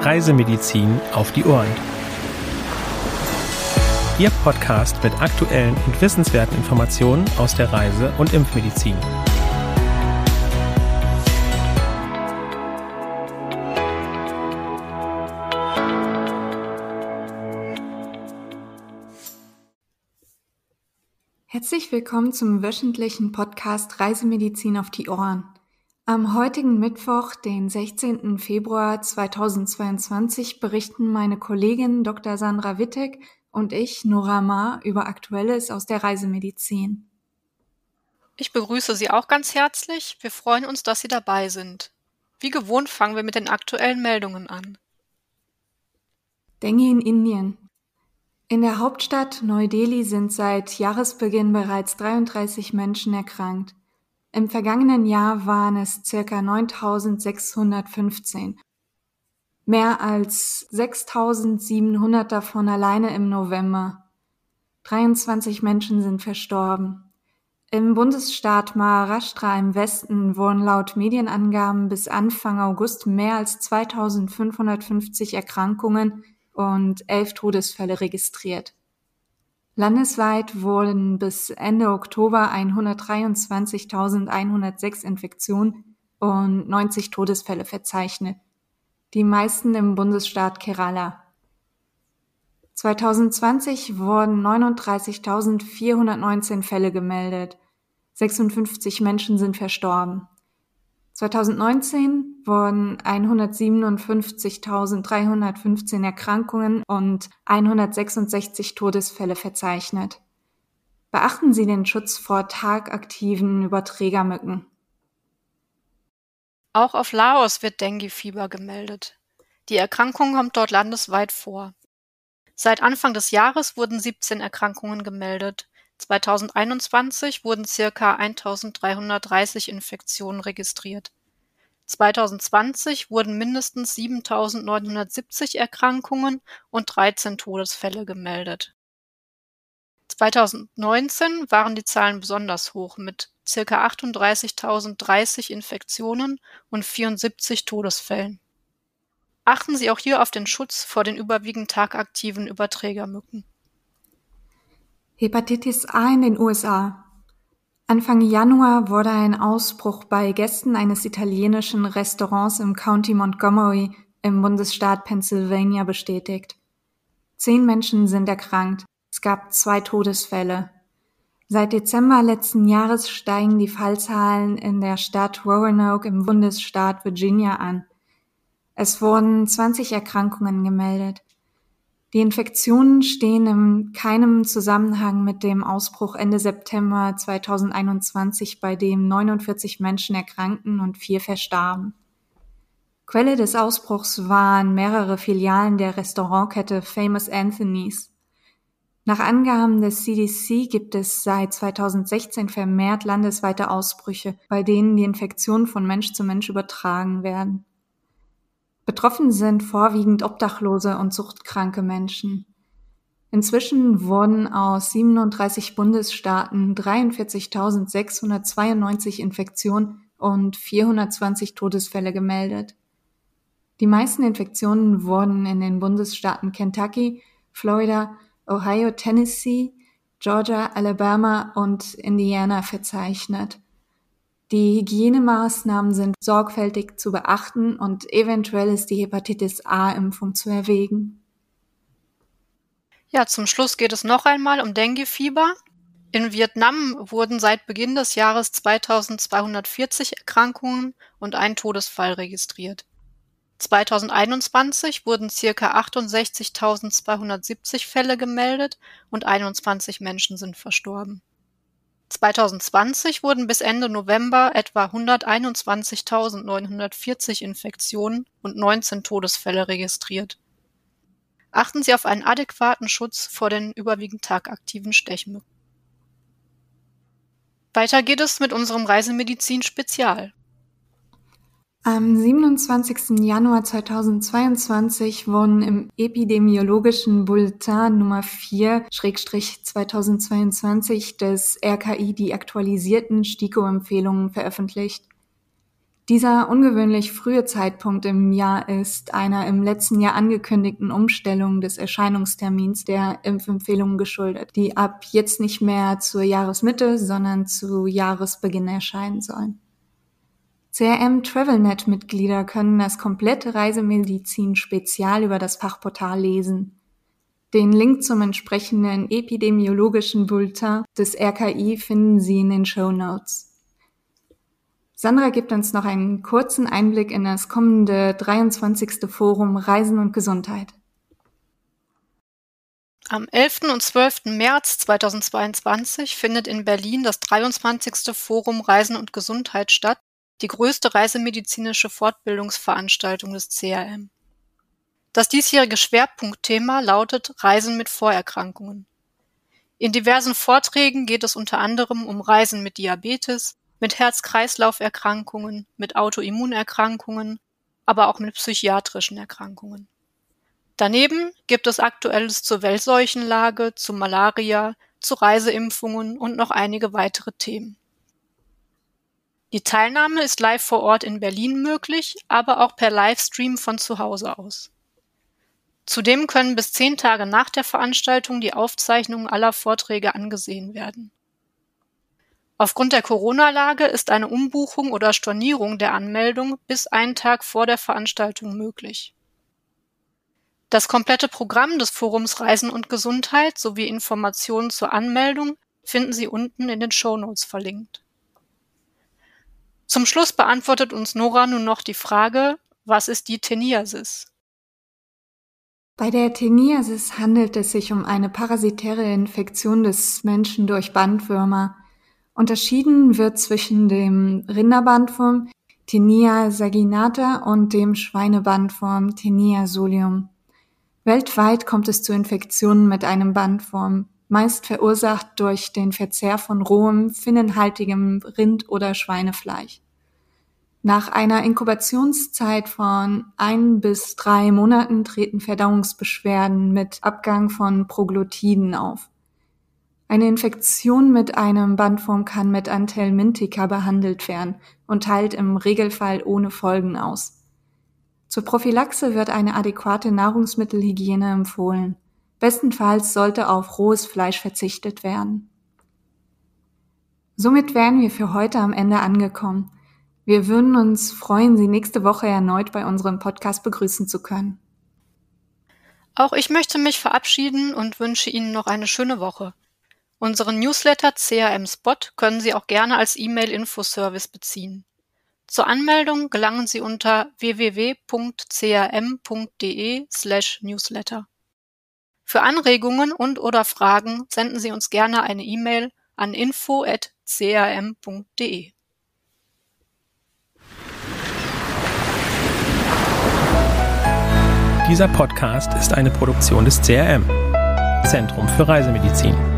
Reisemedizin auf die Ohren. Ihr Podcast mit aktuellen und wissenswerten Informationen aus der Reise- und Impfmedizin. Herzlich willkommen zum wöchentlichen Podcast Reisemedizin auf die Ohren. Am heutigen Mittwoch, den 16. Februar 2022, berichten meine Kollegin Dr. Sandra Wittek und ich, Nora Maar, über Aktuelles aus der Reisemedizin. Ich begrüße Sie auch ganz herzlich. Wir freuen uns, dass Sie dabei sind. Wie gewohnt fangen wir mit den aktuellen Meldungen an. Dengue in Indien. In der Hauptstadt Neu-Delhi sind seit Jahresbeginn bereits 33 Menschen erkrankt. Im vergangenen Jahr waren es ca. 9.615. Mehr als 6.700 davon alleine im November. 23 Menschen sind verstorben. Im Bundesstaat Maharashtra im Westen wurden laut Medienangaben bis Anfang August mehr als 2.550 Erkrankungen und 11 Todesfälle registriert. Landesweit wurden bis Ende Oktober 123.106 Infektionen und 90 Todesfälle verzeichnet, die meisten im Bundesstaat Kerala. 2020 wurden 39.419 Fälle gemeldet, 56 Menschen sind verstorben. 2019 wurden 157.315 Erkrankungen und 166 Todesfälle verzeichnet. Beachten Sie den Schutz vor tagaktiven Überträgermücken. Auch auf Laos wird Dengue-Fieber gemeldet. Die Erkrankung kommt dort landesweit vor. Seit Anfang des Jahres wurden 17 Erkrankungen gemeldet. 2021 wurden ca. 1.330 Infektionen registriert. 2020 wurden mindestens 7.970 Erkrankungen und 13 Todesfälle gemeldet. 2019 waren die Zahlen besonders hoch mit ca. 38.030 Infektionen und 74 Todesfällen. Achten Sie auch hier auf den Schutz vor den überwiegend tagaktiven Überträgermücken. Hepatitis A in den USA. Anfang Januar wurde ein Ausbruch bei Gästen eines italienischen Restaurants im County Montgomery im Bundesstaat Pennsylvania bestätigt. 10 Menschen sind erkrankt. Es gab 2 Todesfälle. Seit Dezember letzten Jahres steigen die Fallzahlen in der Stadt Roanoke im Bundesstaat Virginia an. Es wurden 20 Erkrankungen gemeldet. Die Infektionen stehen in keinem Zusammenhang mit dem Ausbruch Ende September 2021, bei dem 49 Menschen erkrankten und 4 verstarben. Quelle des Ausbruchs waren mehrere Filialen der Restaurantkette Famous Anthony's. Nach Angaben des CDC gibt es seit 2016 vermehrt landesweite Ausbrüche, bei denen die Infektionen von Mensch zu Mensch übertragen werden. Betroffen sind vorwiegend Obdachlose und suchtkranke Menschen. Inzwischen wurden aus 37 Bundesstaaten 43.692 Infektionen und 420 Todesfälle gemeldet. Die meisten Infektionen wurden in den Bundesstaaten Kentucky, Florida, Ohio, Tennessee, Georgia, Alabama und Indiana verzeichnet. Die Hygienemaßnahmen sind sorgfältig zu beachten und eventuell ist die Hepatitis A-Impfung zu erwägen. Ja, zum Schluss geht es noch einmal um Dengue-Fieber. In Vietnam wurden seit Beginn des Jahres 2.240 Erkrankungen und 1 Todesfall registriert. 2021 wurden ca. 68.270 Fälle gemeldet und 21 Menschen sind verstorben. 2020 wurden bis Ende November etwa 121.940 Infektionen und 19 Todesfälle registriert. Achten Sie auf einen adäquaten Schutz vor den überwiegend tagaktiven Stechmücken. Weiter geht es mit unserem Reisemedizin-Spezial. Am 27. Januar 2022 wurden im epidemiologischen Bulletin Nummer 4/2022 des RKI die aktualisierten STIKO-Empfehlungen veröffentlicht. Dieser ungewöhnlich frühe Zeitpunkt im Jahr ist einer im letzten Jahr angekündigten Umstellung des Erscheinungstermins der Impfempfehlungen geschuldet, die ab jetzt nicht mehr zur Jahresmitte, sondern zu Jahresbeginn erscheinen sollen. CRM TravelNet-Mitglieder können das komplette Reisemedizin-Spezial über das Fachportal lesen. Den Link zum entsprechenden epidemiologischen Bulletin des RKI finden Sie in den Shownotes. Sandra gibt uns noch einen kurzen Einblick in das kommende 23. Forum Reisen und Gesundheit. Am 11. und 12. März 2022 findet in Berlin das 23. Forum Reisen und Gesundheit statt, die größte reisemedizinische Fortbildungsveranstaltung des CRM. Das diesjährige Schwerpunktthema lautet Reisen mit Vorerkrankungen. In diversen Vorträgen geht es unter anderem um Reisen mit Diabetes, mit Herz-Kreislauf-Erkrankungen, mit Autoimmunerkrankungen, aber auch mit psychiatrischen Erkrankungen. Daneben gibt es Aktuelles zur Weltseuchenlage, zu Malaria, zu Reiseimpfungen und noch einige weitere Themen. Die Teilnahme ist live vor Ort in Berlin möglich, aber auch per Livestream von zu Hause aus. Zudem können bis 10 Tage nach der Veranstaltung die Aufzeichnungen aller Vorträge angesehen werden. Aufgrund der Corona-Lage ist eine Umbuchung oder Stornierung der Anmeldung bis einen Tag vor der Veranstaltung möglich. Das komplette Programm des Forums Reisen und Gesundheit sowie Informationen zur Anmeldung finden Sie unten in den Shownotes verlinkt. Zum Schluss beantwortet uns Nora nun noch die Frage, was ist die Teniasis? Bei der Teniasis handelt es sich um eine parasitäre Infektion des Menschen durch Bandwürmer. Unterschieden wird zwischen dem Rinderbandwurm Taenia saginata und dem Schweinebandwurm Taenia solium. Weltweit kommt es zu Infektionen mit einem Bandwurm, meist verursacht durch den Verzehr von rohem, finnenhaltigem Rind- oder Schweinefleisch. Nach einer Inkubationszeit von 1 bis 3 Monaten treten Verdauungsbeschwerden mit Abgang von Proglottiden auf. Eine Infektion mit einem Bandwurm kann mit Anthelmintika behandelt werden und heilt im Regelfall ohne Folgen aus. Zur Prophylaxe wird eine adäquate Nahrungsmittelhygiene empfohlen. Bestenfalls sollte auf rohes Fleisch verzichtet werden. Somit wären wir für heute am Ende angekommen. Wir würden uns freuen, Sie nächste Woche erneut bei unserem Podcast begrüßen zu können. Auch ich möchte mich verabschieden und wünsche Ihnen noch eine schöne Woche. Unseren Newsletter CRM Spot können Sie auch gerne als E-Mail-Infoservice beziehen. Zur Anmeldung gelangen Sie unter www.crm.de/newsletter. Für Anregungen und/oder Fragen senden Sie uns gerne eine E-Mail an info@crm.de. Dieser Podcast ist eine Produktion des CRM, Zentrum für Reisemedizin.